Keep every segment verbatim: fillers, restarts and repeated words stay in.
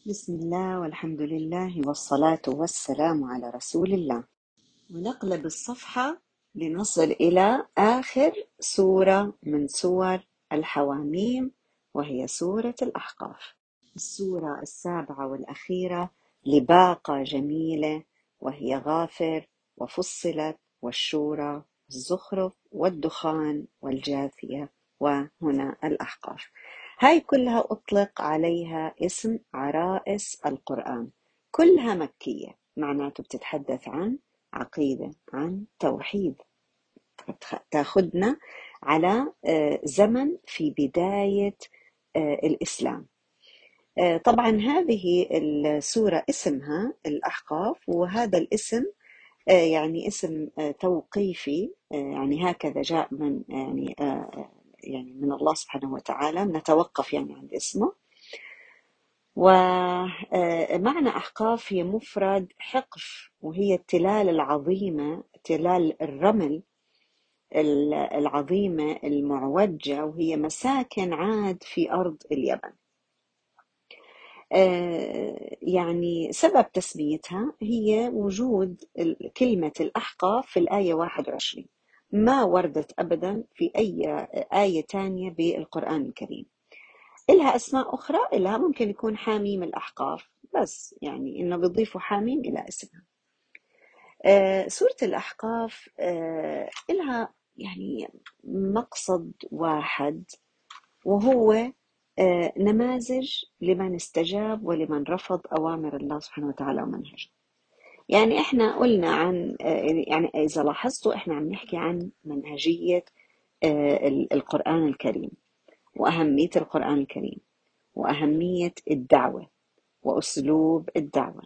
بسم الله والحمد لله والصلاة والسلام على رسول الله. ونقلب الصفحة لنصل إلى آخر سورة من سور الحواميم، وهي سورة الأحقاف، السورة السابعة والأخيرة لباقة جميلة، وهي غافر وفصلت والشورى والزخرف والدخان والجاثية وهنا الأحقاف. هاي كلها أطلق عليها اسم عرائس القرآن، كلها مكية، معناته بتتحدث عن عقيدة، عن توحيد، تاخدنا على زمن في بداية الإسلام. طبعا هذه السورة اسمها الأحقاف، وهذا الاسم يعني اسم توقيفي، يعني هكذا جاء من يعني يعني من الله سبحانه وتعالى، نتوقف يعني عند اسمه. ومعنى أحقاف هي مفرد حقف، وهي التلال العظيمة، تلال الرمل العظيمة المعوجة، وهي مساكن عاد في أرض اليمن. يعني سبب تسميتها هي وجود كلمة الأحقاف في الآية واحد وعشرين، ما وردت أبدا في أي آية تانية بالقرآن الكريم. إلها أسماء أخرى، إلها ممكن يكون حاميم الأحقاف، بس يعني إنه بيضيفوا حاميم إلى اسمها. سورة الأحقاف إلها يعني مقصد واحد، وهو نماذج لمن استجاب ولمن رفض أوامر الله سبحانه وتعالى ومنهجه. يعني إحنا قلنا عن، يعني إذا لاحظتوا إحنا عم نحكي عن منهجية القرآن الكريم، وأهمية القرآن الكريم، وأهمية الدعوة، وأسلوب الدعوة،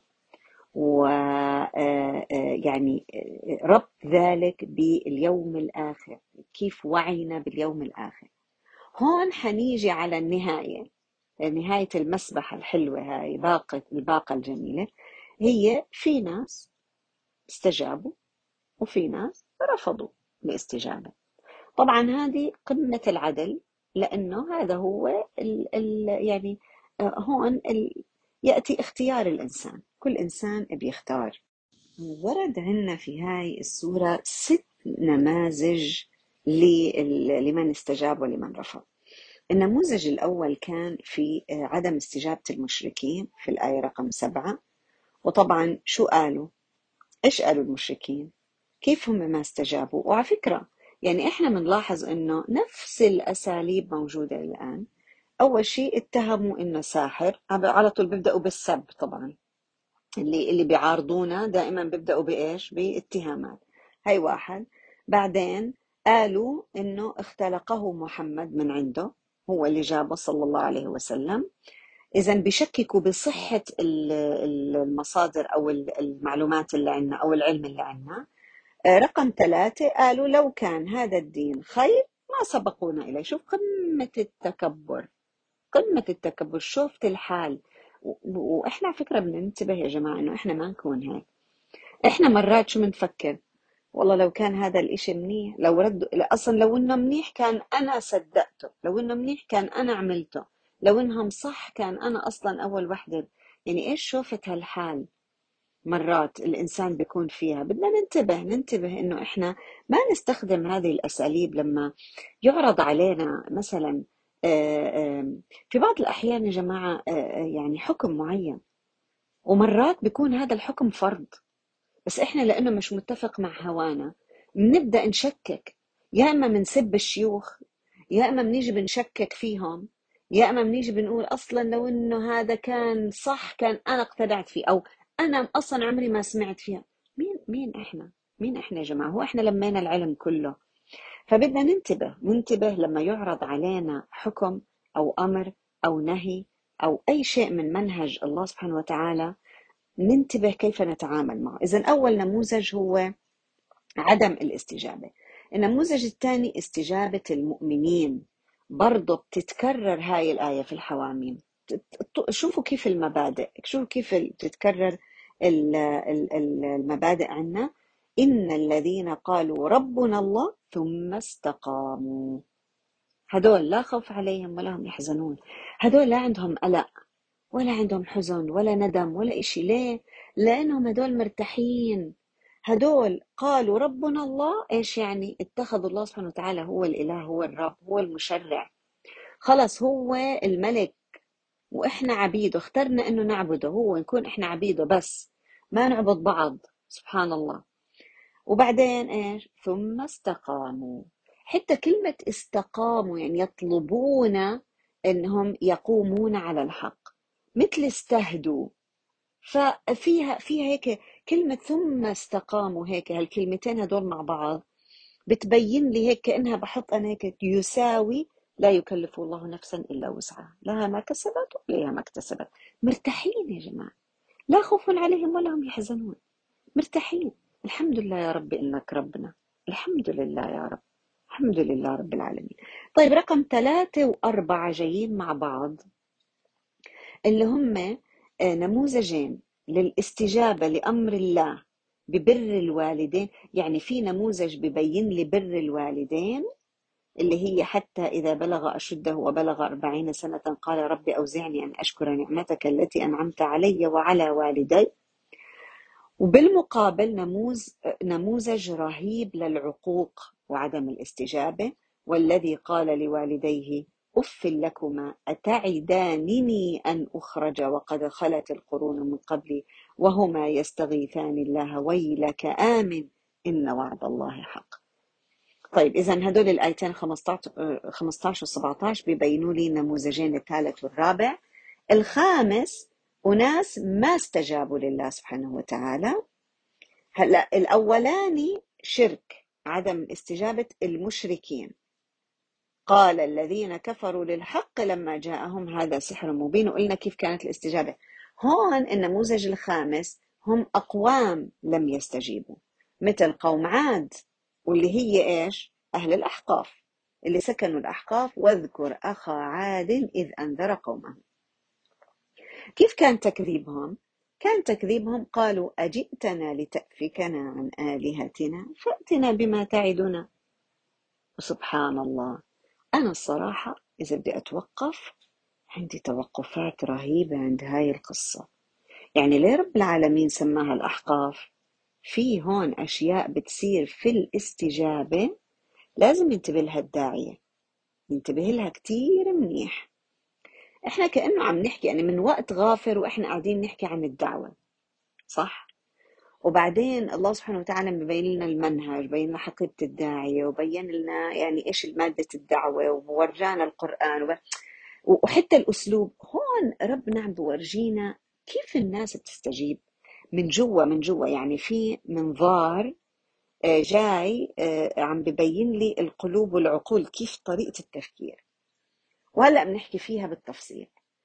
ويعني ربط ذلك باليوم الآخر، كيف وعينا باليوم الآخر. هون حنيجي على النهاية، نهاية المسبحة الحلوة هاي، باقة الباقة الجميلة، هي في ناس استجابوا وفي ناس رفضوا الاستجابة. طبعا هذه قمة العدل، لأنه هذا هو ال ال يعني هون ال يأتي اختيار الإنسان، كل إنسان بيختار. ورد عندنا في هاي السورة ست نماذج لمن استجاب ولمن رفض. النموذج الأول كان في عدم استجابة المشركين في الآية رقم سبعة. وطبعا شو قالوا؟ إيش قالوا المشركين؟ كيف هم ما استجابوا؟ وعلى فكرة يعني إحنا بنلاحظ إنه نفس الأساليب موجودة الآن. أول شيء اتهموا إنه ساحر، على طول بيبدأوا بالسب. طبعا اللي اللي بيعارضونا دائما بيبدأوا بإيش؟ باتهامات. هاي واحد. بعدين قالوا إنه اختلقه محمد من عنده، هو اللي جابه صلى الله عليه وسلم. إذا بشككوا بصحة المصادر أو المعلومات اللي عندنا أو العلم اللي عندنا. رقم ثلاثة، قالوا لو كان هذا الدين خير ما سبقونا إليه. شوف قمة التكبر، قمة التكبر، شوفت الحال. وإحنا على فكرة بننتبه يا جماعة إنه إحنا ما نكون هيك. إحنا مرات شو بنفكر؟ والله لو كان هذا الإشي منيح، لو ردوا أصلا، لو إنه منيح كان أنا صدقته، لو إنه منيح كان أنا عملته، لو إنهم صح كان أنا أصلا أول وحدة. يعني إيش شوفت هالحال؟ مرات الإنسان بيكون فيها. بدنا ننتبه ننتبه إنه إحنا ما نستخدم هذه الأساليب لما يعرض علينا مثلا في بعض الأحيان يا جماعة يعني حكم معين، ومرات بيكون هذا الحكم فرض، بس إحنا لأنه مش متفق مع هوانا بنبدأ نشكك. يا إما بنسب الشيوخ، يا إما بنيجي بنشكك فيهم، يا إما بنيجي بنقول أصلا لو إنه هذا كان صح كان أنا اقتنعت فيه، أو أنا أصلا عمري ما سمعت فيها. مين مين إحنا؟ مين إحنا يا جماعة؟ هو إحنا لمينا العلم كله؟ فبدنا ننتبه ننتبه لما يعرض علينا حكم أو أمر أو نهي أو أي شيء من منهج الله سبحانه وتعالى، ننتبه كيف نتعامل معه. إذن أول نموذج هو عدم الاستجابة. النموذج الثاني استجابة المؤمنين. برضو بتتكرر هاي الآية في الحواميم. شوفوا كيف المبادئ، شوفوا كيف بتتكرر المبادئ عنا. إن الذين قالوا ربنا الله ثم استقاموا، هدول لا خوف عليهم ولا هم يحزنون، هدول لا عندهم قلق ولا عندهم حزن ولا ندم ولا إشي. ليه؟ لأنهم هدول مرتاحين. هدول قالوا ربنا الله. إيش يعني؟ اتخذوا الله سبحانه وتعالى هو الإله، هو الرب، هو المشرع. خلص هو الملك وإحنا عبيده. اخترنا إنه نعبده هو، نكون إحنا عبيده بس، ما نعبد بعض. سبحان الله. وبعدين إيش؟ ثم استقاموا. حتى كلمة استقاموا يعني يطلبون إنهم يقومون على الحق، مثل استهدوا. ففيها فيها هيك كلمة ثم استقاموا، هيك هالكلمتين هدول مع بعض بتبين لي هيك كأنها بحط أنا هيك يساوي لا يكلف الله نفسا إلا وسعها، لها ما كسبت وعليها ما اكتسبت. مرتاحين يا جماعة، لا خوف عليهم ولا هم يحزنون، مرتاحين. الحمد لله يا رب إنك ربنا، الحمد لله يا رب، الحمد لله رب العالمين. طيب رقم ثلاثة وأربعة جايين مع بعض، اللي هم آه، نموذجين للاستجابة لأمر الله ببر الوالدين. يعني في نموذج ببين لي بر الوالدين، اللي هي حتى إذا بلغ أشده وبلغ أربعين سنة قال رب أوزعني أن أشكر نعمتك التي أنعمت علي وعلى والدي. وبالمقابل نموذج نموذج رهيب للعقوق وعدم الاستجابة، والذي قال لوالديه أف لكما أتعدانني أن أخرج وقد خلت القرون من قبلي وهما يستغيثان الله ويلك آمن إن وعد الله حق. طيب إذا هدول الآيتين خمسطعش و سبعطعش بيبينوا لي نموذجين، الثالث والرابع. الخامس أناس ما استجابوا لله سبحانه وتعالى. هلا الأولاني شرك، عدم استجابة المشركين. قال الذين كفروا للحق لما جاءهم هذا سحر مبين، وقلنا كيف كانت الاستجابة. هون النموذج الخامس هم أقوام لم يستجيبوا، مثل قوم عاد، واللي هي إيش؟ أهل الأحقاف اللي سكنوا الأحقاف. واذكر أخا عاد إذ أنذر قومه. كيف كان تكذيبهم؟ كان تكذيبهم قالوا أجئتنا لتأفكنا عن آلهتنا فأتنا بما تعدنا. وسبحان الله، أنا الصراحة إذا بدي أتوقف عندي توقفات رهيبة عند هاي القصة. يعني ليه رب العالمين سماها الأحقاف؟ في هون أشياء بتصير في الاستجابة لازم ينتبه لها الداعية، ينتبه لها كتير منيح. إحنا كأنه عم نحكي يعني من وقت غافر وإحنا قاعدين نحكي عن الدعوة، صح؟ وبعدين الله سبحانه وتعالى مبين لنا المنهج، بين لنا حقيقة الداعية، وبين لنا يعني إيش مادة الدعوة، وورجانا القرآن وب... وحتى الأسلوب. هون ربنا عم بورجينا كيف الناس بتستجيب من جوا، من جوا يعني في منظار آه، جاي آه، عم ببين لي القلوب والعقول، كيف طريقة التفكير. وهلأ بنحكي فيها بالتفصيل.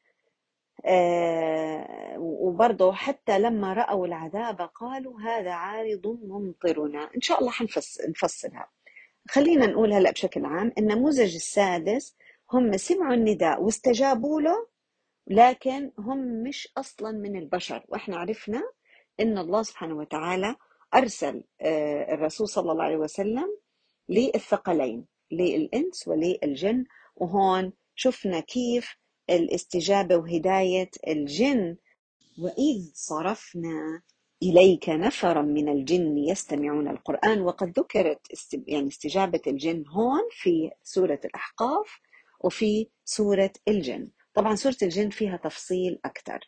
آه، وبرضه حتى لما رأوا العذاب قالوا هذا عارض ممطرنا. إن شاء الله حنفس نفصلها. خلينا نقول هلأ بشكل عام النموذج السادس هم سمعوا النداء واستجابوا له، لكن هم مش أصلا من البشر. وإحنا عرفنا إن الله سبحانه وتعالى أرسل آه، الرسول صلى الله عليه وسلم للثقلين، للإنس وللجن. وهون شفنا كيف الاستجابة وهداية الجن. وإذ صرفنا إليك نفرا من الجن يستمعون القرآن. وقد ذكرت يعني استجابة الجن هون في سورة الأحقاف وفي سورة الجن. طبعا سورة الجن فيها تفصيل أكثر.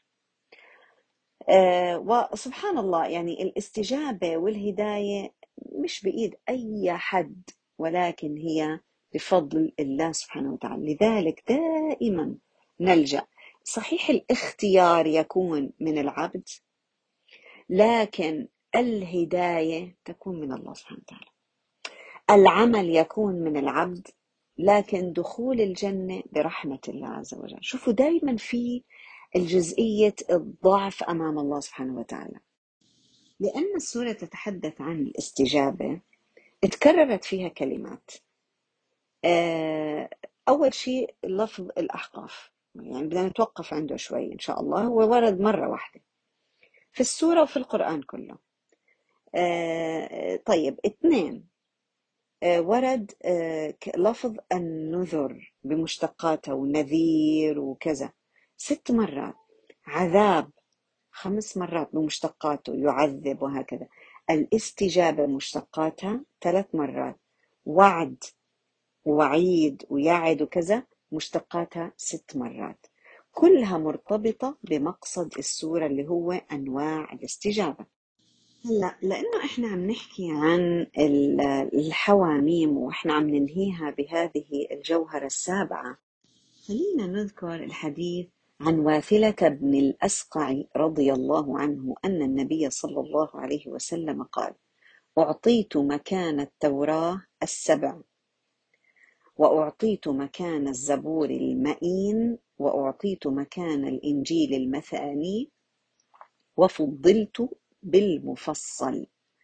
آه وسبحان الله، يعني الاستجابة والهداية مش بإيد أي حد، ولكن هي بفضل الله سبحانه وتعالى. لذلك دائما نلجأ. صحيح الاختيار يكون من العبد، لكن الهداية تكون من الله سبحانه وتعالى. العمل يكون من العبد، لكن دخول الجنة برحمة الله عز وجل. شوفوا دائما في الجزئية الضعف أمام الله سبحانه وتعالى. لأن السورة تتحدث عن الاستجابة اتكررت فيها كلمات. أول شيء لفظ الأحقاف، يعني بدنا نتوقف عنده شوي إن شاء الله. هو ورد مرة واحدة في السورة وفي القرآن كله. طيب اثنين، ورد لفظ النذر بمشتقاته ونذير وكذا ست مرات. عذاب خمس مرات بمشتقاته، يعذب وهكذا. الاستجابة مشتقاتها ثلاث مرات. وعد ووعيد ويعد وكذا مشتقاتها ست مرات. كلها مرتبطة بمقصد السورة اللي هو أنواع الاستجابة. هلا لأنه إحنا عم نحكي عن ال- الحواميم وإحنا عم ننهيها بهذه الجوهرة السابعة، خلينا نذكر الحديث عن واثلة بن الأسقع رضي الله عنه أن النبي صلى الله عليه وسلم قال: أعطيت مكان التوراة السبع، وأعطيت مكان الزبور المئين، وأعطيت مكان الإنجيل المثاني، وفضلت بالمفصل.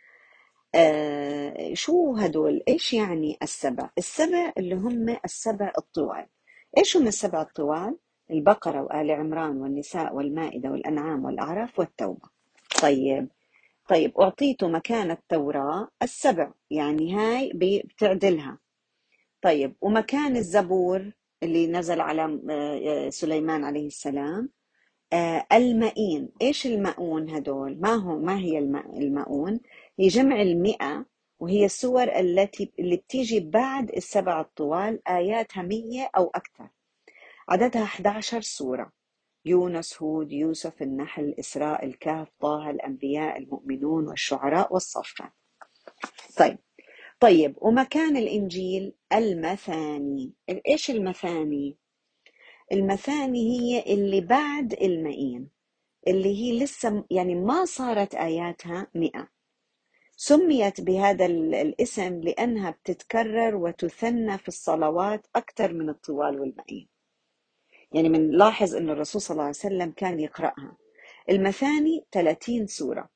آه شو هدول؟ إيش يعني السبع؟ السبع اللي هم السبع الطوال. إيش هم السبع الطوال؟ البقرة وآل عمران والنساء والمائدة والأنعام والأعراف والتوبة. طيب طيب أعطيت مكان التوراة السبع، يعني هاي بتعدلها. طيب ومكان الزبور اللي نزل على آه، سليمان عليه السلام آه، المئين. إيش المئون هدول؟ ما هو ما هي الم- المئون؟ هي جمع المئة، وهي السور التي اللي بتيجي بعد السبع الطوال، آياتها مية أو أكثر. عددها أحد عشر سورة: يونس، هود، يوسف، النحل، إسراء، الكهف، طه، الأنبياء، المؤمنون، والشعراء، والصفات. طيب طيب ومكان الإنجيل المثاني. إيش المثاني؟ المثاني هي اللي بعد المئين، اللي هي لسه يعني ما صارت آياتها مئة. سميت بهذا ال- الاسم لأنها بتتكرر وتثنى في الصلوات أكثر من الطوال والمئين. يعني بنلاحظ أن الرسول صلى الله عليه وسلم كان يقرأها. المثاني ثلاثين سورة.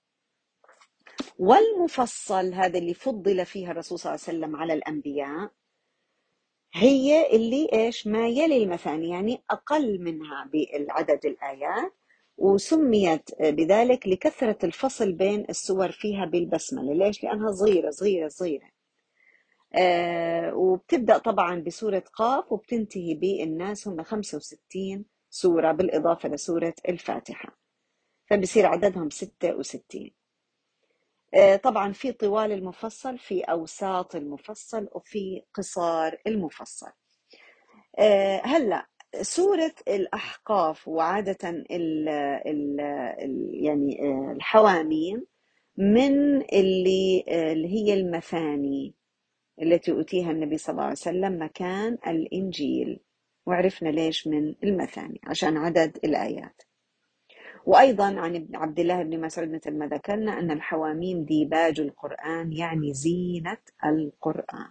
والمفصل هذا اللي فضل فيها الرسول صلى الله عليه وسلم على الأنبياء، هي اللي إيش ما يلي المثاني، يعني أقل منها بالعدد الآيات، وسميت بذلك لكثرة الفصل بين السور فيها بالبسملة. ليش؟ لأنها صغيرة صغيرة صغيرة. آه وبتبدأ طبعا بسورة قاف وبتنتهي بالناس، هم خمسة وستين سورة بالإضافة لسورة الفاتحة، فبصير عددهم ستة وستين. آه طبعا في طوال المفصل، في أوساط المفصل، وفي قصار المفصل. آه، هلا سورة الأحقاف وعادة ال ال ال يعني آه، الحواميم من اللي آه، اللي هي المثاني التي أوتيها النبي صلى الله عليه وسلم مكان الإنجيل. وعرفنا ليش من المثاني، عشان عدد الآيات. وأيضا عن ابن عبد الله بن مسعود مثل ما ذكرنا أن الحواميم ديباج القرآن، يعني زينة القرآن.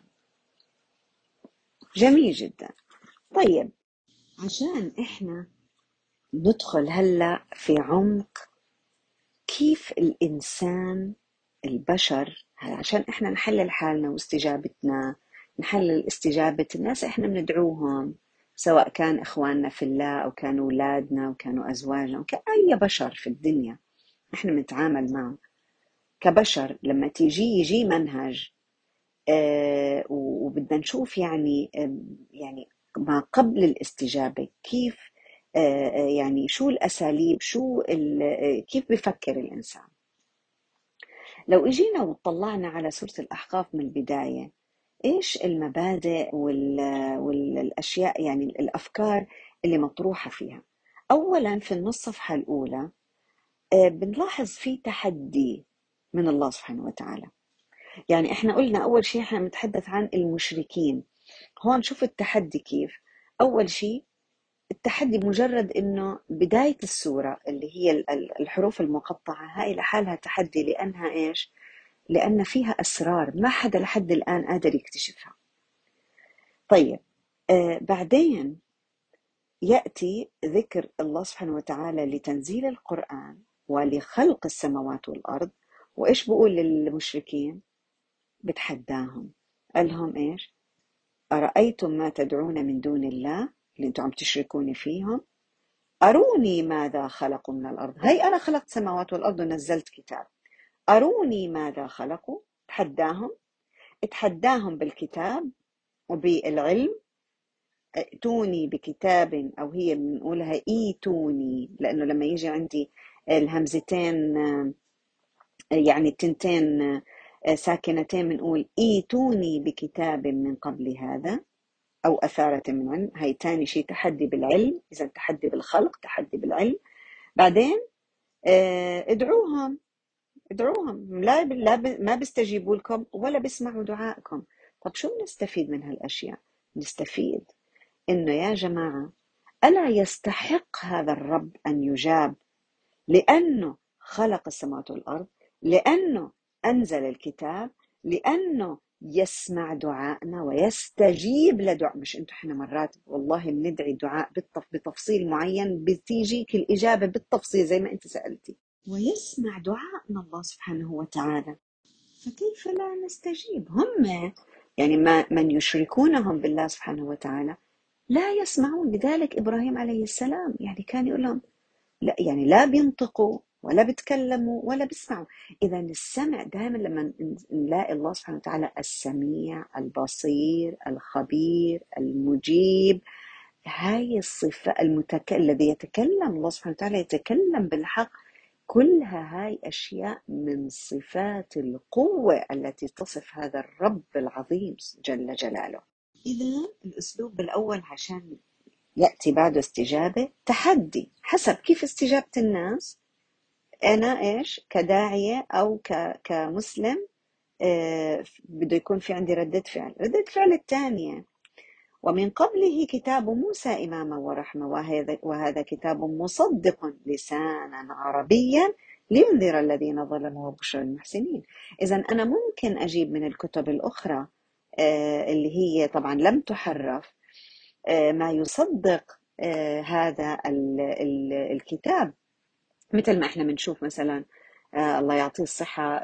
جميل جدا. طيب عشان إحنا ندخل هلأ في عمق كيف الإنسان البشر، عشان إحنا نحلل حالنا واستجابتنا، نحلل استجابة الناس إحنا بندعوهم، سواء كان إخواننا في الله أو كانوا أولادنا وكانوا أزواجنا وكأي بشر في الدنيا إحنا بنتعامل معه كبشر. لما تيجي يجي منهج آه وبدنا نشوف يعني آه يعني ما قبل الاستجابة كيف، آه آه، يعني شو الأساليب، شو ال- آه، كيف بفكر الإنسان. لو اجينا وطلعنا على سورة الأحقاف من البداية، إيش المبادئ وال- والأشياء، يعني الأفكار اللي مطروحة فيها؟ أولا في النص صفحة الأولى آه، بنلاحظ في تحدي من الله سبحانه وتعالى. يعني إحنا قلنا أول شيء إحنا بنتحدث عن المشركين. هون شوف التحدي كيف. أول شيء التحدي مجرد إنه بداية السورة اللي هي ال- ال- الحروف المقطعة، هاي لحالها تحدي. لأنها إيش؟ لأن فيها أسرار ما حدا لحد الآن قادر يكتشفها. طيب آه بعدين يأتي ذكر الله سبحانه وتعالى لتنزيل القرآن ولخلق السماوات والأرض. وإيش بقول للمشركين؟ بتحداهم، قال لهم إيش؟ أرأيتم ما تدعون من دون الله اللي أنتم عم تشركوني فيهم، أروني ماذا خلقوا من الأرض. هي أنا خلقت سماوات والأرض ونزلت كتاب، أروني ماذا خلقوا. تحداهم، اتحداهم بالكتاب وبالعلم ائتوني بكتاب، أو هي بنقولها ايتوني، لأنه لما يجي عندي الهمزتين آه، يعني التنتين آه، ساكنتين بنقول ايتوني بكتاب من قبل هذا أو أثارة من علم. هاي تاني شيء تحدي بالعلم، إذا تحدي بالخلق تحدي بالعلم. بعدين آه، ادعوهم ادعوهم لا لا ب- ما بيستجيبوا لكم ولا بيسمعوا دعائكم. طب شو بنستفيد من هالأشياء؟ نستفيد إنه يا جماعة، ألا يستحق هذا الرب أن يجاب؟ لأنه خلق السماوات والأرض، لأنه أنزل الكتاب، لأنه يسمع دعائنا ويستجيب لدعاء. مش انتو احنا مرات والله بندعي دعاء بالتف... بتفصيل معين بتيجيك الإجابة بالتفصيل زي ما انت سألتي، ويسمع دعائنا الله سبحانه وتعالى، فكيف لا نستجيب؟ هم يعني ما من يشركونهم بالله سبحانه وتعالى لا يسمعون. لذلك إبراهيم عليه السلام يعني كان يقول لهم لا، يعني لا بينطقوا ولا بيتكلموا ولا بيسمعوا. إذا السمع دائما لما نلاقي الله سبحانه وتعالى السميع البصير الخبير المجيب، هاي الصفة المتك... الذي يتكلم الله سبحانه وتعالى يتكلم بالحق، كلها هاي أشياء من صفات القوة التي تصف هذا الرب العظيم جل جلاله. إذا الأسلوب الأول عشان يأتي بعده استجابة تحدي، حسب كيف استجابة الناس. أنا إيش كداعية أو ك... كمسلم آه، بده يكون في عندي ردة فعل. ردة فعل الثانية: ومن قبله كتاب موسى إماما ورحمة، وهذا, وهذا كتاب مصدق لسانا عربيا لينذر الذين ظلموا وبشر المحسنين. إذا أنا ممكن أجيب من الكتب الأخرى آه، اللي هي طبعا لم تحرف آه، ما يصدق آه، هذا ال- ال- الكتاب، مثل ما احنا بنشوف مثلا آه، الله يعطيه الصحة آه،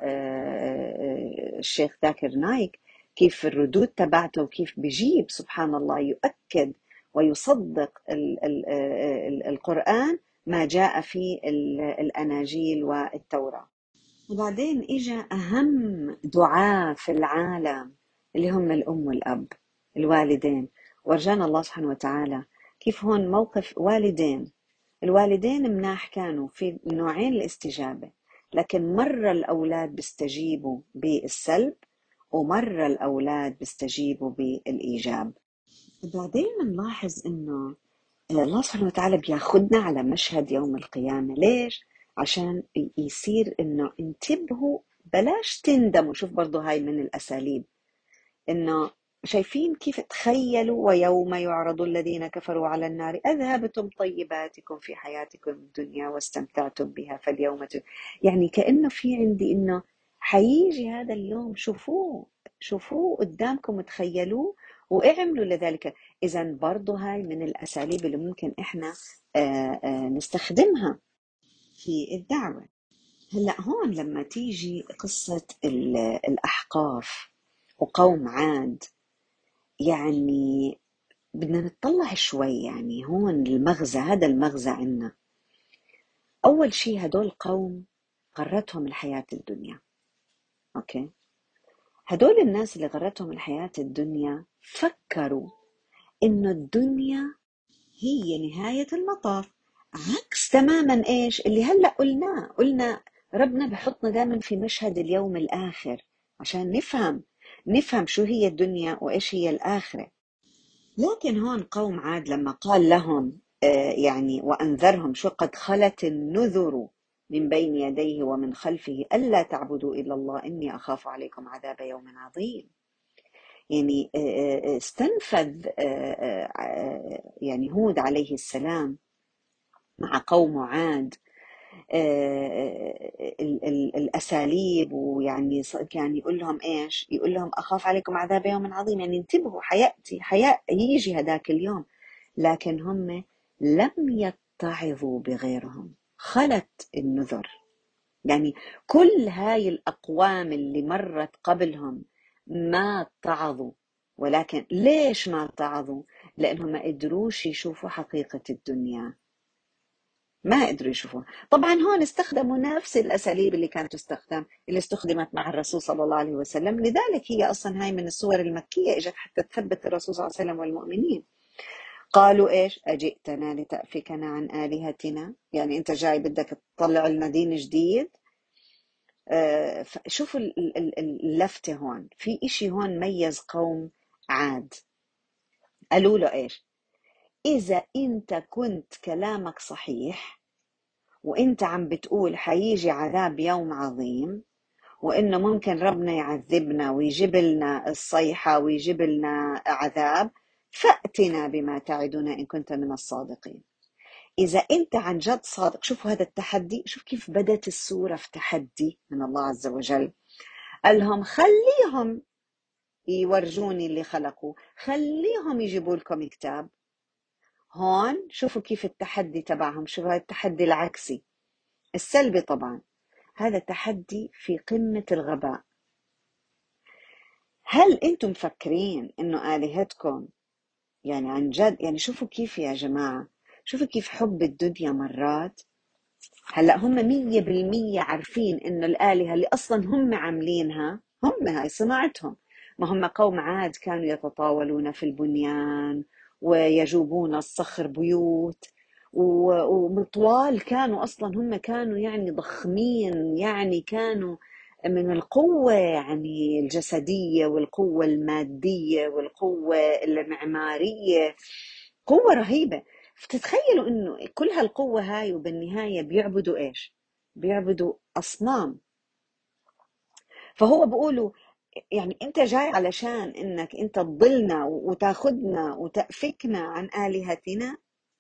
آه، الشيخ ذاكر نايك، كيف الردود تبعته وكيف بيجيب سبحان الله يؤكد ويصدق ال- ال- آه، ال- القرآن ما جاء في ال- الأناجيل والتوراة. وبعدين إجا أهم دعاة في العالم اللي هم الأم والأب، الوالدين. ورجانا الله سبحانه وتعالى كيف هون موقف والدين. الوالدين مناح كانوا في نوعين الاستجابة، لكن مرة الأولاد بيستجيبوا بالسلب ومرة الأولاد بيستجيبوا بالإيجاب. بعدين نلاحظ إنه الله سبحانه وتعالى بياخدنا على مشهد يوم القيامة. ليش؟ عشان يصير إنه انتبهوا، بلاش تندموا. شوف برضو هاي من الأساليب، إنه شايفين كيف تخيلوا ويوم يعرض الذين كفروا على النار أذهبتم طيباتكم في حياتكم الدنيا واستمتعتم بها فاليوم ت... يعني كأنه في عندي إنه حيجي هذا اليوم، شوفوه شوفوه قدامكم وتخيلوه واعملوا لذلك. إذا برضو هاي من الأساليب اللي ممكن إحنا آآ آآ نستخدمها في الدعوة. هلأ هون لما تيجي قصة الأحقاف وقوم عاد، يعني بدنا نطلع شوي. يعني هون المغزى، هذا المغزى عنا. أول شيء هدول قوم غرتهم الحياة الدنيا. أوكي، هدول الناس اللي غرتهم الحياة الدنيا فكروا إنه الدنيا هي نهاية المطاف، عكس تماما إيش اللي هلأ قلناه. قلنا ربنا بحطنا دائما في مشهد اليوم الآخر عشان نفهم نفهم شو هي الدنيا وإيش هي الآخرة. لكن هون قوم عاد لما قال لهم آه، يعني وأنذرهم، شو قد خلت النذر من بين يديه ومن خلفه ألا تعبدوا إلا الله إني أخاف عليكم عذاب يوم عظيم. يعني آه، آه، استنفذ آه، آه، آه، يعني هود عليه السلام مع قوم عاد آه، ال- ال- الأساليب، ويعني ص- كان يقول لهم إيش؟ يقول لهم أخاف عليكم عذاب يوم عظيم، يعني انتبهوا حياتي حياة يجي هذاك اليوم. لكن هم لم يتعظوا بغيرهم، خلت النذر. يعني كل هاي الأقوام اللي مرت قبلهم ما اتعظوا. ولكن ليش ما اتعظوا؟ لأنهم ما قدروش يشوفوا حقيقة الدنيا، ما قدروا يشوفوها. طبعا هون استخدموا نفس الأساليب اللي كانت تستخدم اللي استخدمت مع الرسول صلى الله عليه وسلم. لذلك هي أصلا هاي من السور المكية، إجت حتى تثبت الرسول صلى الله عليه وسلم والمؤمنين. قالوا إيش؟ أجئتنا لتأفكنا عن آلهتنا؟ يعني أنت جاي بدك تطلع لنا دين جديد؟ آه، ف- شوفوا ال- ال- ال- اللفتة هون، في إشي هون ميز قوم عاد. قالوا له إيش؟ إذا أنت كنت كلامك صحيح وأنت عم بتقول حيجي عذاب يوم عظيم، وإنه ممكن ربنا يعذبنا ويجيب لنا الصيحة ويجيب لنا عذاب، فأتنا بما تعدنا إن كنت من الصادقين. إذا أنت عن جد صادق، شوفوا هذا التحدي، شوف كيف بدت السورة في تحدي من الله عز وجل. قال لهم خليهم يورجوني اللي خلقوا، خليهم يجيبوا لكم كتاب. هون شوفوا كيف التحدي تبعهم، شوفوا هذا التحدي العكسي السلبي طبعا، هذا تحدي في قمة الغباء. هل انتم مفكرين انه آلهتكم يعني عن جد، يعني شوفوا كيف يا جماعة، شوفوا كيف حب الدنيا مرات. هلأ هم مية بالمية عارفين إنه الآلهة اللي أصلا هم عاملينها، هم هاي صناعتهم. ما هم قوم عاد كانوا يتطاولون في البنيان ويجوبون الصخر بيوت، و- ومطوال كانوا أصلا، هم كانوا يعني ضخمين، يعني كانوا من القوة يعني الجسدية والقوة المادية والقوة المعمارية، قوة رهيبة. فتتخيلوا انه كل هالقوة هاي وبالنهاية بيعبدوا ايش؟ بيعبدوا اصنام. فهو بيقولوا يعني انت جاي علشان انك انت تضلنا وتاخدنا وتأفكنا عن آلهتنا.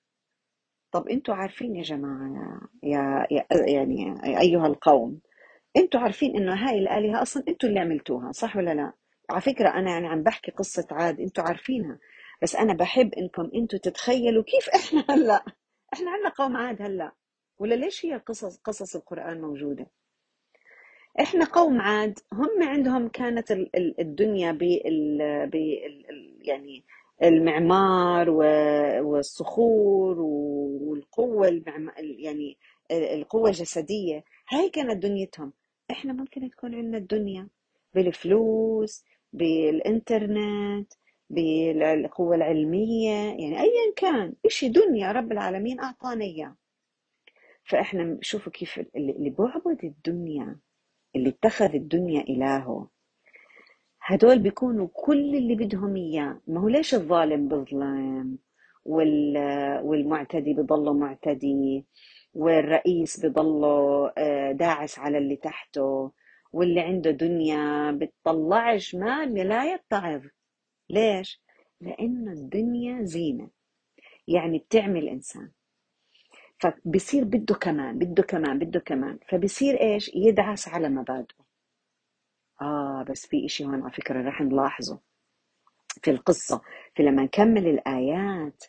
طب انتوا عارفين يا جماعة، يا, يا يعني يا ايها القوم، انتوا عارفين انه هاي الآلهة اصلا انتوا اللي عملتوها، صح ولا لا؟ على فكرة انا يعني عم بحكي قصة عاد انتوا عارفينها، بس انا بحب انكم انتوا تتخيلوا كيف احنا هلا، احنا عندنا قوم عاد هلا، ولا ليش هي قصص قصص القرآن موجودة؟ احنا قوم عاد هم عندهم كانت ال- ال- الدنيا بال بال يعني المعمار و- والصخور والقوة المعم... يعني القوة الجسدية، هاي كانت دنيتهم. احنا ممكن تكون عندنا الدنيا بالفلوس، بالإنترنت، بالقوة العلمية، يعني أيا كان إشي دنيا رب العالمين أعطانا إياه. فإحنا شوفوا كيف اللي اللي بيعبد الدنيا، اللي اتخذ الدنيا إلهه، هدول بيكونوا كل اللي بدهم إياه. ما هو ليش الظالم بظلم، وال والمعتدي بضله معتدي، والرئيس بضله آه، داعس على اللي تحته، واللي عنده دنيا بتطلعش مال لا يتعظ. ليش؟ لأنه الدنيا زينة، يعني بتعمل إنسان، فبصير بده كمان بده كمان بده كمان، فبصير إيش؟ يدعس على مبادئه. آه بس في إشي هون على فكرة رح نلاحظه في القصة، في لما نكمل الآيات،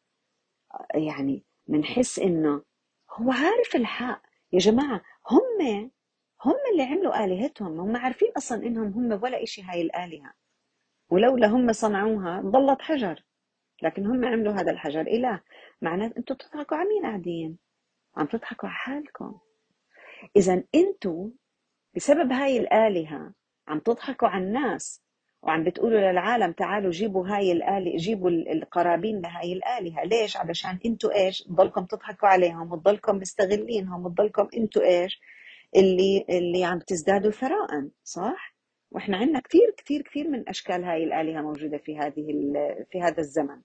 يعني بنحس إنه هو عارف الحق. يا جماعة هم هم اللي عملوا آلهتهم، هم عارفين أصلا إنهم هم ولا إشي هاي الآلهة، ولولا هم صنعوها ضلت حجر، لكن هم عملوا هذا الحجر إله. معناته أنتوا بتضحكوا على مين قاعدين؟ عم تضحكوا على حالكم. إذا أنتوا بسبب هاي الآلهة عم تضحكوا على الناس، وعم بتقولوا للعالم تعالوا جيبوا هاي الآلهة، جيبوا ال- القرابين لهاي الآلهة. ليش؟ علشان انتوا ايش؟ تضلكم تضحكوا عليهم وتضلكم مستغلينهم وتضلكم انتوا ايش؟ اللي اللي عم تزدادوا ثراء، صح؟ واحنا عندنا كثير كثير كثير من اشكال هاي الآلهة موجودة في هذه ال- في هذا الزمن.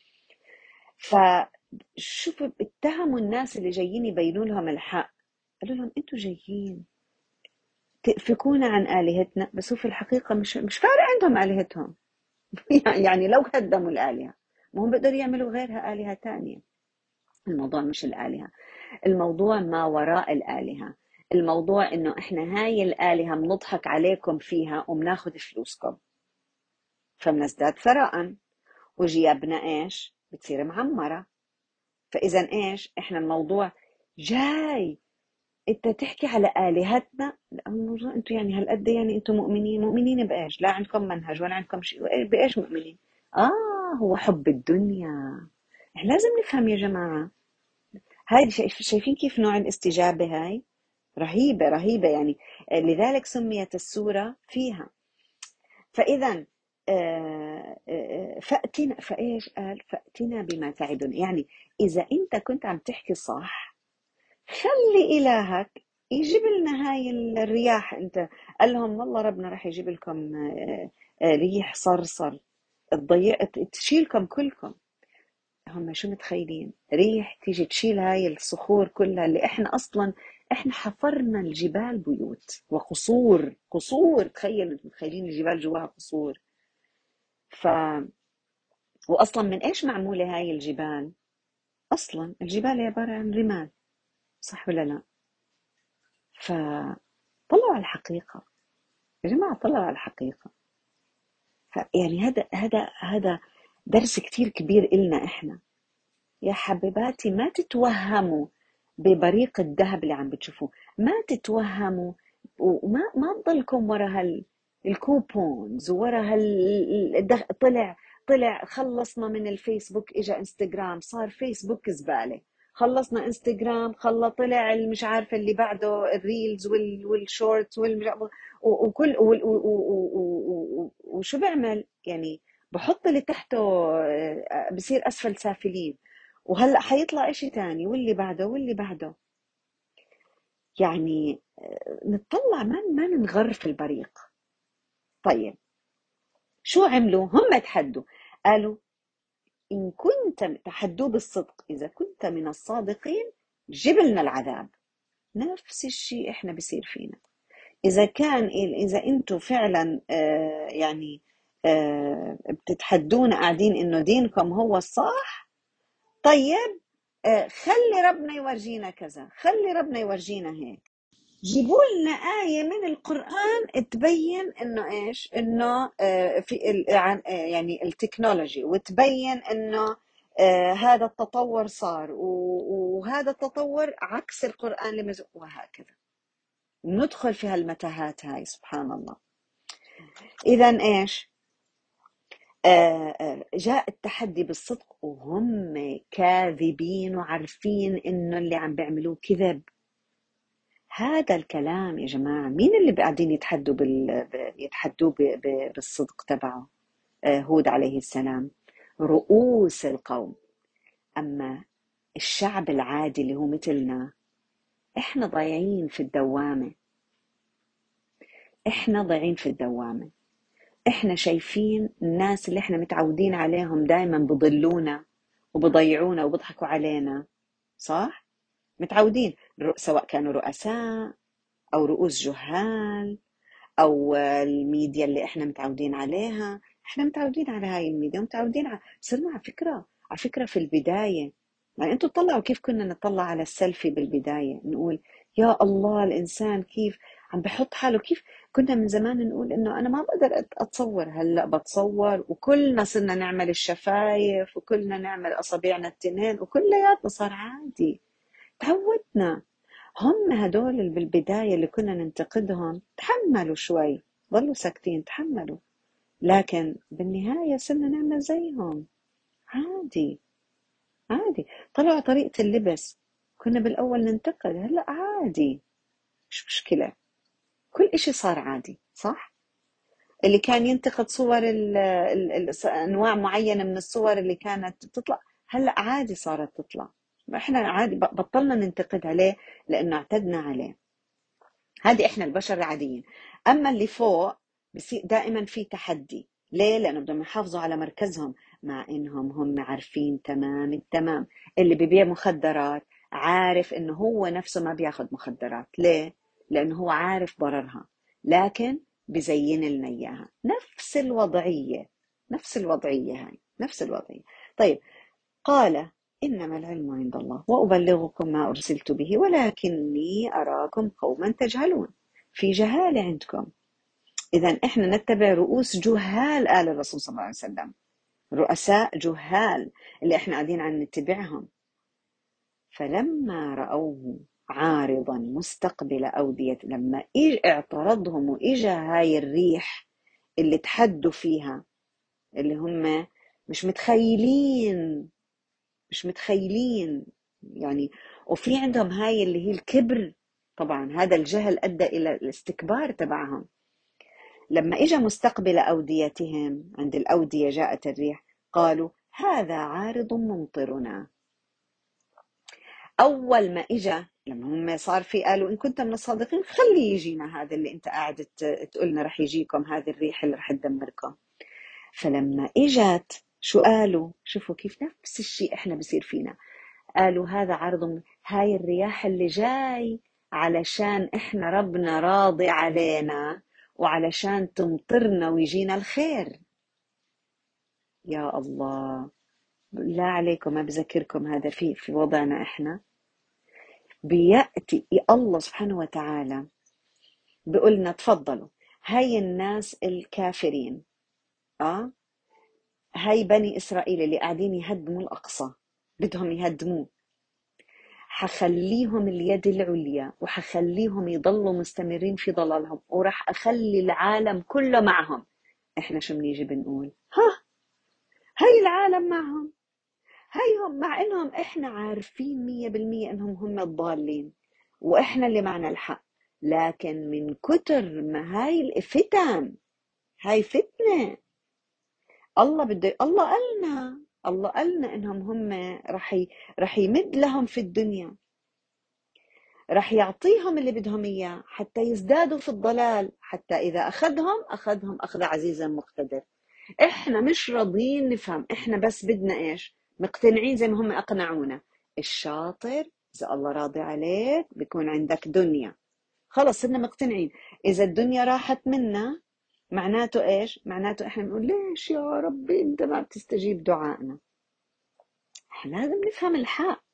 فشوفوا اتهموا الناس اللي جايين يبينوا لهم الحق، قالوا لهم انتوا جايين تأفكون عن آلهتنا، بس هو في الحقيقة مش مش فارق عندهم آلهتهم. يعني لو هدموا الآلهة، ما هم بيقدروا يعملوا غيرها آلهة تانية. الموضوع مش الآلهة، الموضوع ما وراء الآلهة. الموضوع إنه إحنا هاي الآلهة بنضحك عليكم فيها وبناخد فلوسكم، فبنزداد ثراء، وجيابنا إيش؟ بتصير معمرة. فإذا إيش؟ إحنا الموضوع جاي انت تحكي على آلهتنا، الموضوع انتوا يعني هالقد يعني انتوا مؤمنين مؤمنين بإيش؟ لا عندكم منهج ولا عندكم شيء، بإيش مؤمنين؟ آه هو حب الدنيا. احنا لازم نفهم يا جماعة، هاي شايف- شايفين كيف نوع الاستجابة هاي رهيبة رهيبة يعني، لذلك سميت السورة فيها. فإذا آه، آه، فأتنا فإيش قال فأتنا بما تعدون، يعني إذا أنت كنت عم تحكي صح خلي إلهك يجيب لنا هاي الرياح. أنت قال لهم والله ربنا رح يجيب لكم آه، آه، ريح صرصر تضيع تشيلكم كلكم. هم شو متخيلين ريح تيجي تشيل هاي الصخور كلها اللي احنا اصلا احنا حفرنا الجبال بيوت وقصور قصور. تخيل متخيلين الجبال جواها قصور. ف واصلا من ايش معموله هاي الجبال؟ اصلا الجبال هي عباره عن رمال، صح ولا لا؟ فطلعوا على الحقيقه يا جماعه، طلعوا على الحقيقه. فيعني هذا هذا هذا درس كتير كبير إلنا احنا. يا حبيباتي ما تتوهموا ببريق الذهب اللي عم بتشوفوه، ما تتوهموا وما ما تضلكم ورا هال الكوبونز ورا هال الدخ- طلع طلع خلصنا من الفيسبوك اجى انستغرام، صار فيسبوك زبالة. خلصنا انستغرام خلى طلع مش عارفة اللي بعده الريلز وال والشورتس والمش عارفة- و- وكل وال- و- و- و- و- وشو بيعمل يعني؟ بحط اللي تحته آه، بصير اسفل سافلين. وهلأ حيطلع إشي تاني واللي بعده واللي بعده. يعني آه، نتطلع ما ما ننغر في البريق. طيب شو عملوا؟ هم تحدوا، قالوا إن كنت تحدوا بالصدق، إذا كنت من الصادقين جيب لنا العذاب. نفس الشيء إحنا بيصير فينا. إذا كان إذا أنتم فعلا آه، يعني آه، بتتحدونا قاعدين إنه دينكم هو الصح، طيب آه، خلي ربنا يورجينا كذا، خلي ربنا يورجينا هيك. جيبوا لنا آية من القرآن تبين إنه إيش؟ إنه آه، في ال- عن آه، يعني التكنولوجي، وتبين إنه آه، هذا التطور صار و- وهذا التطور عكس القرآن اللي مز- وهكذا. ندخل في هالمتاهات هاي سبحان الله. إذا إيش؟ آه، آه، جاء التحدي بالصدق وهم كاذبين وعارفين إنه اللي عم بيعملوه كذب. هذا الكلام يا جماعة مين اللي قاعدين يتحدوا بال... ب- يتحدوا ب... ب... بالصدق تبعه؟ آه، هود عليه السلام، رؤوس القوم. أما الشعب العادي اللي هو مثلنا، إحنا ضايعين في الدوامة. إحنا ضايعين في الدوامة. إحنا شايفين الناس اللي إحنا متعودين عليهم دايما بضلونا وبضيعونا وبضحكوا علينا، صح؟ متعودين رؤ- سواء كانوا رؤساء أو رؤوس جهال او الميديا اللي احنا متعودين عليها. احنا متعودين على هاي الميديا، متعودين على صرنا على فكرة على فكرة في البداية. يعني انتوا تطلعوا كيف كنا نطلع على السيلفي بالبداية، نقول يا الله الانسان كيف عم بحط حاله. كيف كنا من زمان نقول انه انا ما بقدر أت- اتصور، هلا بتصور. وكلنا صرنا نعمل الشفايف وكلنا نعمل اصابعنا التنين وكلياتنا صار عادي، تعودنا. هم هدول اللي بالبداية اللي كنا ننتقدهم تحملوا شوي، ظلوا ساكتين تحملوا، لكن بالنهاية صرنا نعمل زيهم عادي. عادي. طلعوا طريقة اللبس، كنا بالأول ننتقد، هلأ عادي، مش مشكلة. كل إشي صار عادي، صح؟ اللي كان ينتقد صور ال ال ال أنواع معينة من الصور اللي كانت تطلع، هلأ عادي صارت تطلع. احنا عادي بطلنا ننتقد عليه لأنه اعتدنا عليه. هذه احنا البشر العاديين. اما اللي فوق بصير دائما في تحدي. ليه؟ لانه بدهم يحافظوا على مركزهم، مع انهم هم عارفين تمام التمام. اللي ببيع مخدرات عارف انه هو نفسه ما بياخد مخدرات. ليه؟ لانه هو عارف ضررها، لكن بزين لنا اياها. نفس الوضعية، نفس الوضعية هاي، نفس الوضعية. طيب قال إنما العلم عند الله وأبلغكم ما أرسلت به ولكني أراكم قوما تجهلون. في جهالة عندكم. إذا إحنا نتبع رؤوس جهال آل الرسول صلى الله عليه وسلم، رؤساء جهال اللي إحنا قاعدين عن نتبعهم. فلما رأوه عارضا مستقبل أودية، لما إج اعترضهم وإجا هاي الريح اللي تحدوا فيها، اللي هم مش متخيلين مش متخيلين يعني. وفي عندهم هاي اللي هي الكبر. طبعا هذا الجهل أدى إلى الاستكبار تبعهم. لما إجا مستقبل أوديتهم عند الأودية جاءت الريح، قالوا هذا عارض ممطرنا. أول ما إجا لما هم صار في قالوا إن كنت من الصادقين خلي يجينا هذا اللي أنت قاعد تقولنا رح يجيكم، هذه الريح اللي رح تدمركم. فلما إجت شو قالوا؟ شوفوا كيف نفس الشيء إحنا بصير فينا. قالوا هذا عرض، هاي الرياح اللي جاي علشان إحنا ربنا راضي علينا وعلشان تمطرنا ويجينا الخير. يا الله، لا عليكم، ما بذكركم هذا في في وضعنا إحنا. بيأتي الله سبحانه وتعالى بيقولنا تفضلوا، هاي الناس الكافرين، آه هاي بني إسرائيل اللي قاعدين يهدموا الأقصى، بدهم يهدموه، حخليهم اليد العليا وحخليهم يضلوا مستمرين في ضلالهم، وراح أخلي العالم كله معهم. إحنا شو بنيجي بنقول؟ ها، هاي العالم معهم، هيهم، مع إنهم إحنا عارفين مية بالمية إنهم هم الضالين وإحنا اللي معنا الحق، لكن من كتر ما هاي الفتن، هاي فتنة. الله بده، الله قالنا الله قالنا إنهم هم رح ي... رح يمد لهم في الدنيا، رح يعطيهم اللي بدهم إياه حتى يزدادوا في الضلال، حتى إذا أخذهم أخذهم أخذ عزيز مقتدر. إحنا مش راضيين نفهم، إحنا بس بدنا إيش؟ مقتنعين زي ما هم أقنعونا. الشاطر إذا الله راضي عليك بيكون عندك دنيا، خلص صرنا مقتنعين. إذا الدنيا راحت منا معناته إيش؟ معناته إحنا بنقول ليش يا ربي أنت ما بتستجيب دعائنا. إحنا لازم نفهم الحق.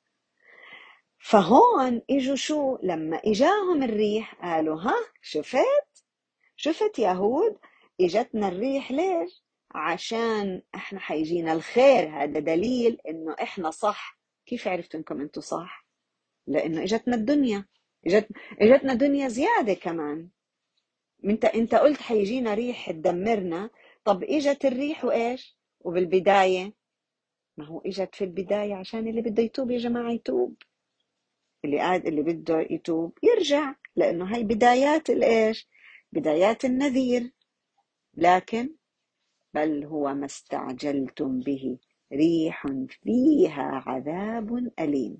فهون إجوا شو؟ لما إجاهم الريح قالوا ها شفت شفت يهود، إجتنا الريح ليش؟ عشان إحنا حيجينا الخير. هذا دليل إنه إحنا صح. كيف عرفتوا إنكم أنتوا صح؟ لأنه إجتنا الدنيا، إجت إجتنا دنيا زيادة كمان. انت انت قلت حيجينا ريح تدمرنا، طب اجت الريح وايش؟ وبالبدايه، ما هو اجت في البدايه عشان اللي بده يتوب يا جماعه يتوب، اللي قاعد اللي بده يتوب يرجع، لانه هاي بدايات الايش؟ بدايات النذير. لكن بل هو ما استعجلتم به، ريح فيها عذاب أليم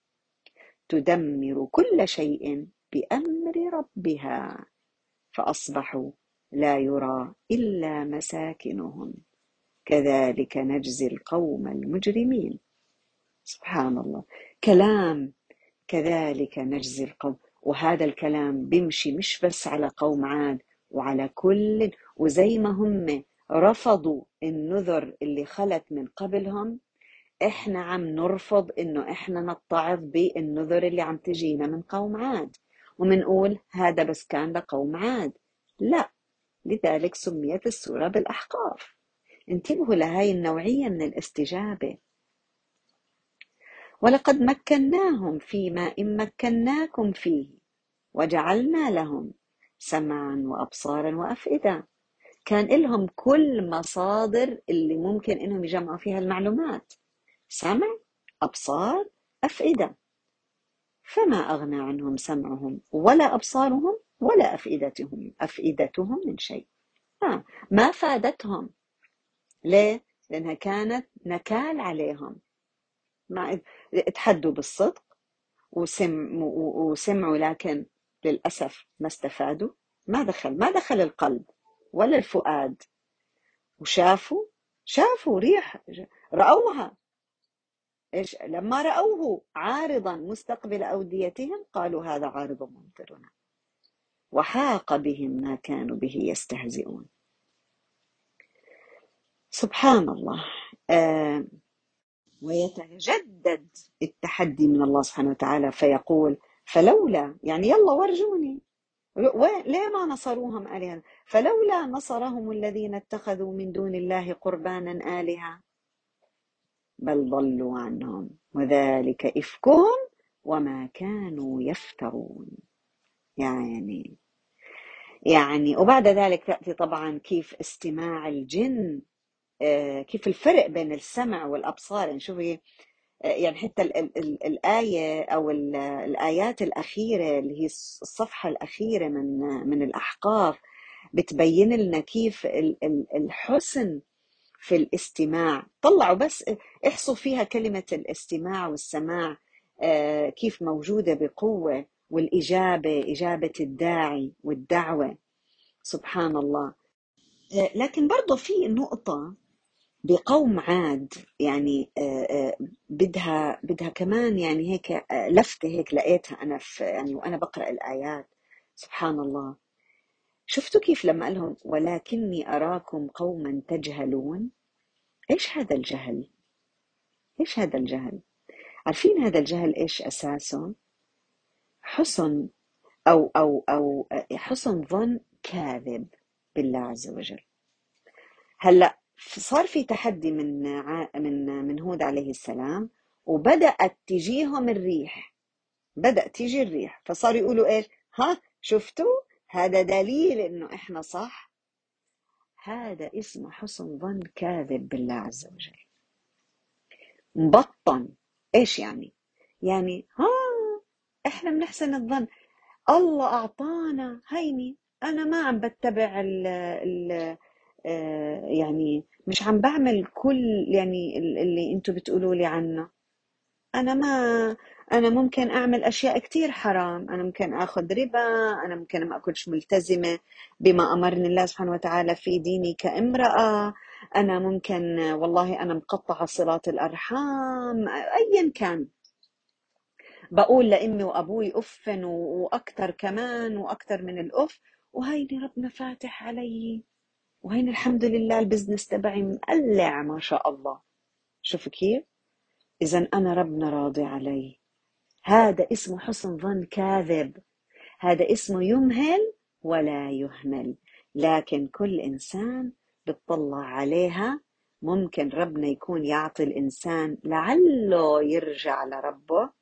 تدمر كل شيء بأمر ربها فأصبحوا لا يرى إلا مساكنهم كذلك نجزي القوم المجرمين. سبحان الله، كلام كذلك نجزي القوم، وهذا الكلام بيمشي مش بس على قوم عاد، وعلى كل، وزي ما هم رفضوا النذر اللي خلت من قبلهم، احنا عم نرفض انه احنا نتعظ بالنذر اللي عم تجينا من قوم عاد، ومنقول هذا بس كان لقوم عاد. لا، لذلك سميت السورة بالأحقاف. انتبهوا لهاي النوعية من الاستجابة. ولقد مكناهم فيما إن مكناكم فيه وجعلنا لهم سمعا وأبصارا وأفئدة. كان لهم كل مصادر اللي ممكن إنهم يجمعوا فيها المعلومات، سمع، أبصار، أفئدة. فما أغنى عنهم سمعهم ولا أبصارهم ولا أفئدتهم أفئدتهم من شيء. آه. ما فادتهم. ليه؟ لأنها كانت نكال عليهم. ما اتحدوا بالصدق وسم وسمعوا، لكن للأسف ما استفادوا. ما دخل ما دخل القلب ولا الفؤاد. وشافوا شافوا ريح، رأوها. إيش لما رأوه عارضا مستقبل أوديتهم قالوا هذا عارض ممطرنا، وحاق بهم ما كانوا به يستهزئون. سبحان الله. آه ويتجدد التحدي من الله سبحانه وتعالى فيقول فلولا، يعني يلا ورجوني، ليه ما نصروهم آلهة؟ فلولا نصرهم الذين اتخذوا من دون الله قربانا آلهة بل ضلوا عنهم وذلك إفكهم وما كانوا يفترون. يعني يعني وبعد ذلك تأتي طبعا كيف استماع الجن، كيف الفرق بين السمع والأبصار. يعني شوفي، يعني حتى ال ال ال الآية أو الآيات الأخيرة اللي هي الصفحة الأخيرة من من الأحقاف، بتبين لنا كيف الحسن في الاستماع. طلعوا بس احصوا فيها كلمة الاستماع والسماع كيف موجودة بقوة، والإجابة، إجابة الداعي والدعوة. سبحان الله. لكن برضو في نقطة بقوم عاد، يعني بدها بدها كمان يعني هيك لفتة هيك لقيتها أنا في يعني وأنا بقرأ الآيات. سبحان الله. شفتوا كيف لما قال لهم ولكني أراكم قوما تجهلون؟ إيش هذا الجهل؟ إيش هذا الجهل؟ عارفين هذا الجهل إيش أساسه؟ حسن أو أو أو حسن ظن كاذب بالله عز وجل. هلأ صار في تحدي من من من هود عليه السلام، وبدأت تجيهم الريح، بدأ تيجي الريح، فصار يقولوا إيش؟ ها شفتوا؟ هذا دليل إنه إحنا صح. هذا اسمه حسن ظن كاذب بالله عز وجل، مبطن. إيش يعني؟ يعني ها إحنا بنحسن الظن، الله أعطانا، هيني أنا ما عم بتبع ال ال آه يعني مش عم بعمل كل يعني اللي انتوا بتقولوا لي عنه. أنا ما أنا ممكن أعمل أشياء كتير حرام، أنا ممكن أخذ ربا، أنا ممكن ما أكونش ملتزمة بما أمرني الله سبحانه وتعالى في ديني كامرأة، أنا ممكن والله أنا مقطعة صلات الأرحام، أيا كان، بقول لأمي وأبوي أفن وأكتر كمان وأكتر من الأف، وهيني ربنا فاتح علي، وهيني الحمد لله البزنس تبعي مقلع ما شاء الله. شوف كيف؟ إذن أنا ربنا راضي علي. هذا اسمه حسن ظن كاذب، هذا اسمه يمهل ولا يهمل. لكن كل إنسان بتطلع عليها، ممكن ربنا يكون يعطي الإنسان لعله يرجع لربه،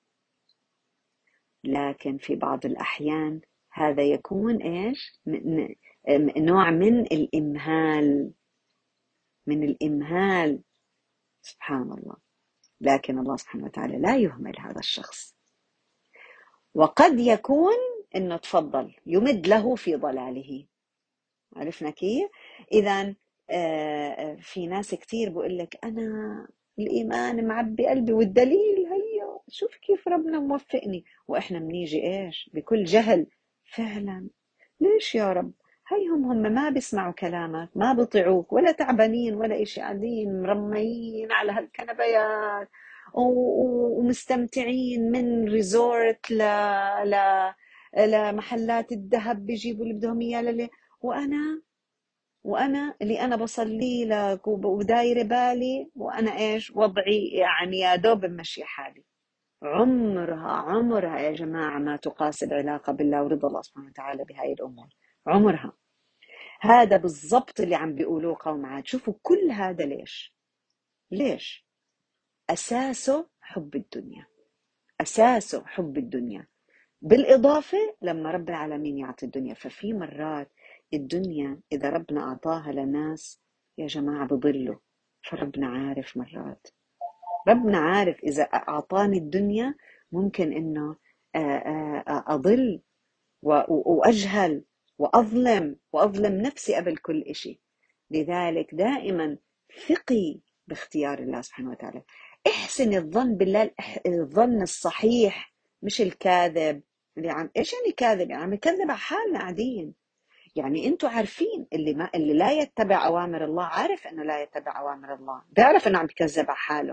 لكن في بعض الأحيان هذا يكون إيش؟ نوع من الإمهال، من الإمهال. سبحان الله. لكن الله سبحانه وتعالى لا يهمل هذا الشخص، وقد يكون إنه تفضل يمد له في ضلاله. عرفنا كيف؟ إذن في ناس كتير بقول لك أنا الإيمان معبي قلبي، والدليل هيا شوف كيف ربنا موفقني، وإحنا منيجي إيش بكل جهل فعلا. ليش يا رب؟ هيهم هم ما بيسمعوا كلامك، ما بيطيعوك، ولا تعبانين ولا إشي، قاعدين مرميين على هالكنبيات ومستمتعين من ريزورت ل... ل... لمحلات الذهب، بيجيبوا اللي بدهم إياه للي... وأنا وأنا اللي أنا بصلي لك ودايرة بالي، وأنا إيش وضعي يعني يا دوب بمشي حالي. عمرها عمرها يا جماعة ما تقاس العلاقة بالله ورضا الله سبحانه وتعالى بهاي الأمور، عمرها. هذا بالضبط اللي عم بيقولوه قوم عاد. شوفوا كل هذا ليش؟ ليش؟ أساسه حب الدنيا، أساسه حب الدنيا، بالإضافة لما رب العالمين يعطي الدنيا. ففي مرات الدنيا إذا ربنا أعطاها لناس يا جماعة بضلوا، فربنا عارف، مرات ربنا عارف إذا أعطاني الدنيا ممكن إنه أضل وأجهل وأظلم وأظلم نفسي قبل كل إشي. لذلك دائما ثقي باختيار الله سبحانه وتعالى. احسن الظن بالله، الظن الصحيح مش الكاذب. اللي عم ايش يعني كاذب؟ يعني عم يكذب على حالنا قاعدين. يعني انتوا عارفين اللي ما اللي لا يتبع اوامر الله عارف انه لا يتبع اوامر الله، بيعرف انه عم يكذب على حاله،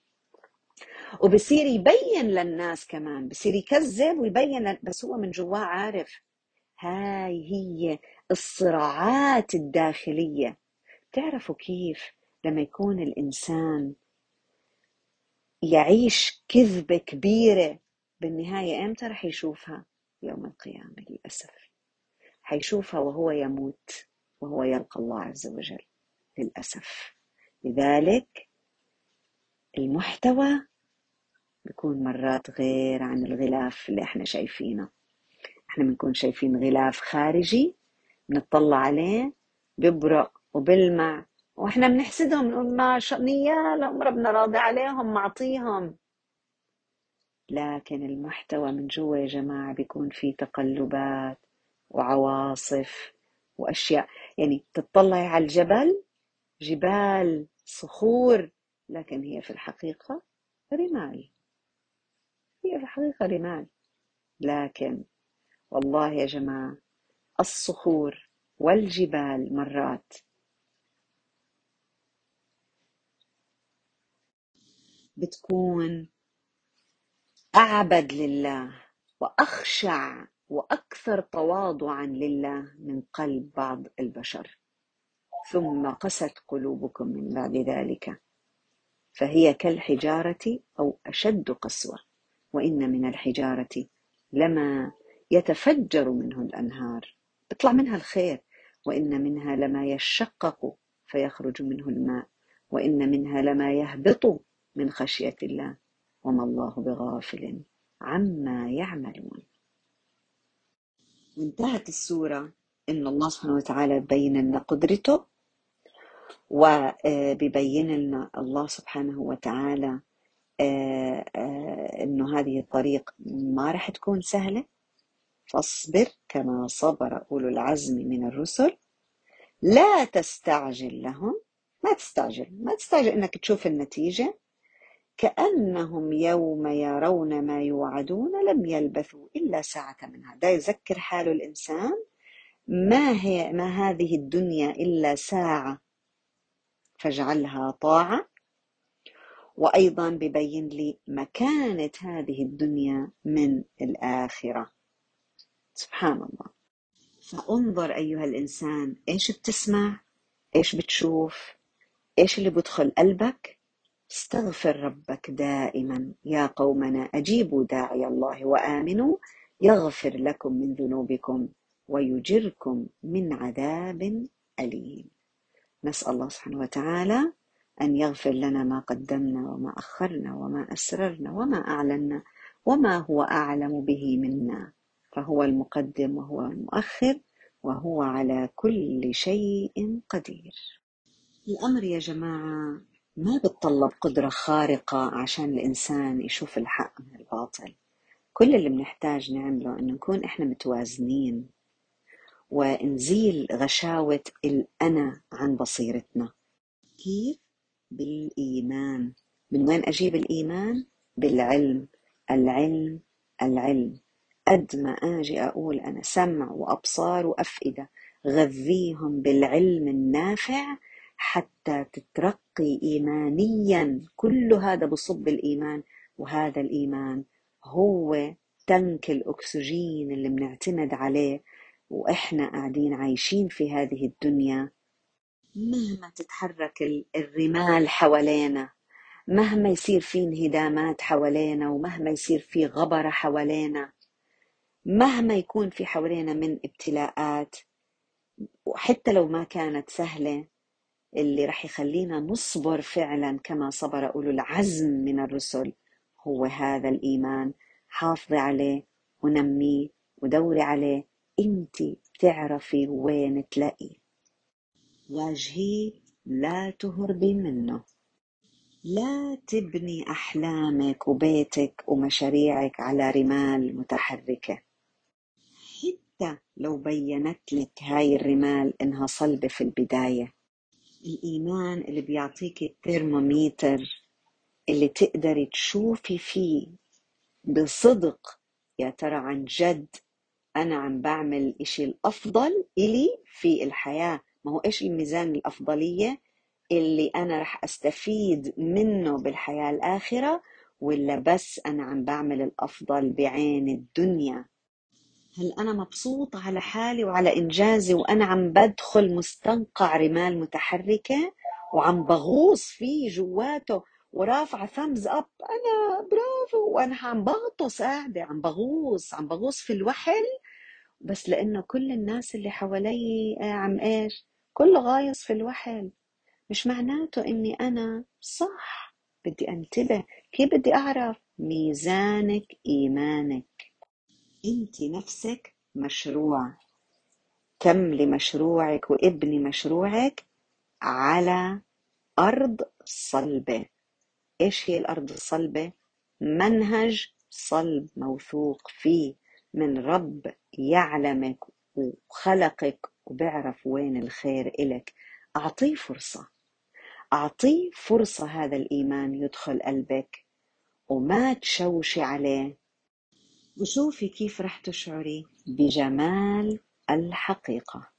وبصير يبين للناس كمان، بصير يكذب ويبين لن... بس هو من جواه عارف. هاي هي الصراعات الداخلية. تعرفوا كيف لما يكون الإنسان يعيش كذبة كبيرة، بالنهاية إمتى رح يشوفها؟ يوم القيامة للأسف. حيشوفها وهو يموت، وهو يلقى الله عز وجل للأسف. لذلك المحتوى بيكون مرات غير عن الغلاف اللي احنا شايفينه. احنا بنكون شايفين غلاف خارجي، بنطلع عليه بيبرق وبلمع، واحنا بنحسدهم نقول ما شاء نيالهم ربنا راضي عليهم معطيهم. لكن المحتوى من جوا يا جماعة بيكون فيه تقلبات وعواصف وأشياء. يعني تطلعي على الجبل، جبال صخور، لكن هي في الحقيقة رمال، هي في الحقيقة رمال. لكن والله يا جماعة، الصخور والجبال مرات بتكون أعبد لله وأخشع وأكثر تواضعا لله من قلب بعض البشر. ثم قست قلوبكم من بعد ذلك فهي كالحجارة أو أشد قسوة، وإن من الحجارة لما يتفجر منه الأنهار، بيطلع منها الخير، وإن منها لما يشقق فيخرج منه الماء، وإن منها لما يهبط من خشية الله وما الله بغافل عما يعملون. وانتهت السورة إن الله سبحانه وتعالى بين لنا قدرته، وبيبين لنا الله سبحانه وتعالى آه، آه، إنه هذه الطريق ما رح تكون سهلة، فاصبر كما صبر أولو العزم من الرسل، لا تستعجل لهم. ما تستعجل، ما تستعجل إنك تشوف النتيجة. كأنهم يوم يرون ما يوعدون لم يلبثوا إلا ساعة من هذا. يذكر حاله الإنسان ما هي ما هذه الدنيا إلا ساعة فاجعلها طاعة. وأيضا ببين لي مكانة هذه الدنيا من الآخرة. سبحان الله. فانظر أيها الإنسان، إيش بتسمع، إيش بتشوف، إيش اللي بدخل قلبك. استغفر ربك دائما. يا قومنا أجيبوا داعي الله وآمنوا يغفر لكم من ذنوبكم ويجركم من عذاب أليم. نسأل الله سبحانه وتعالى أن يغفر لنا ما قدمنا وما أخرنا وما أسررنا وما أعلنا وما هو أعلم به منا، فهو المقدم وهو المؤخر وهو على كل شيء قدير. الأمر يا جماعة ما بتطلب قدرة خارقة عشان الإنسان يشوف الحق من الباطل. كل اللي بنحتاج نعمله أن نكون إحنا متوازنين ونزيل غشاوة الأنا عن بصيرتنا. كيف؟ بالإيمان. من وين أجيب الإيمان؟ بالعلم. العلم العلم. قد ما أجي أقول أنا سمع وأبصار وأفئدة، غذيهم بالعلم النافع حتى تترقي إيمانيا. كل هذا بصب الإيمان، وهذا الإيمان هو تنك الأكسجين اللي بنعتمد عليه وإحنا قاعدين عايشين في هذه الدنيا. مهما تتحرك الرمال حوالينا، مهما يصير في انهدامات حوالينا، ومهما يصير في غبرة حوالينا، مهما يكون في حوالينا من ابتلاءات، وحتى لو ما كانت سهلة، اللي رح يخلينا نصبر فعلا كما صبر أولو العزم من الرسل هو هذا الإيمان. حافظي عليه ونميه ودوري عليه. انتي بتعرفي وين تلاقيه. واجهيه، لا تهربي منه. لا تبني أحلامك وبيتك ومشاريعك على رمال متحركة، حتى لو بينت لك هاي الرمال إنها صلبة في البداية. الإيمان اللي بيعطيك الترموميتر اللي تقدري تشوفي فيه بصدق يا ترى عن جد أنا عم بعمل إشي الأفضل إلي في الحياة. ما هو إيش الميزان الأفضلية اللي أنا رح أستفيد منه بالحياة الآخرة، ولا بس أنا عم بعمل الأفضل بعين الدنيا؟ هل أنا مبسوطة على حالي وعلى إنجازي وأنا عم بدخل مستنقع رمال متحركة وعم بغوص فيه جواته ورافعة ثامز أب، أنا برافو، وأنا عم بغطس قاعدة عم بغوص عم بغوص في الوحل، بس لأنه كل الناس اللي حوالي عم إيش، كله غايص في الوحل، مش معناته إني أنا صح. بدي أنتبه. كيف بدي أعرف؟ ميزانك إيمانك. أنت نفسك مشروع. كملي مشروعك وابني مشروعك على أرض صلبة. إيش هي الأرض الصلبة؟ منهج صلب موثوق فيه من رب يعلمك وخلقك وبيعرف وين الخير إلك، أعطيه فرصة، أعطيه فرصة هذا الإيمان يدخل قلبك وما تشوشي عليه، وشوفي كيف رح تشعري بجمال الحقيقة.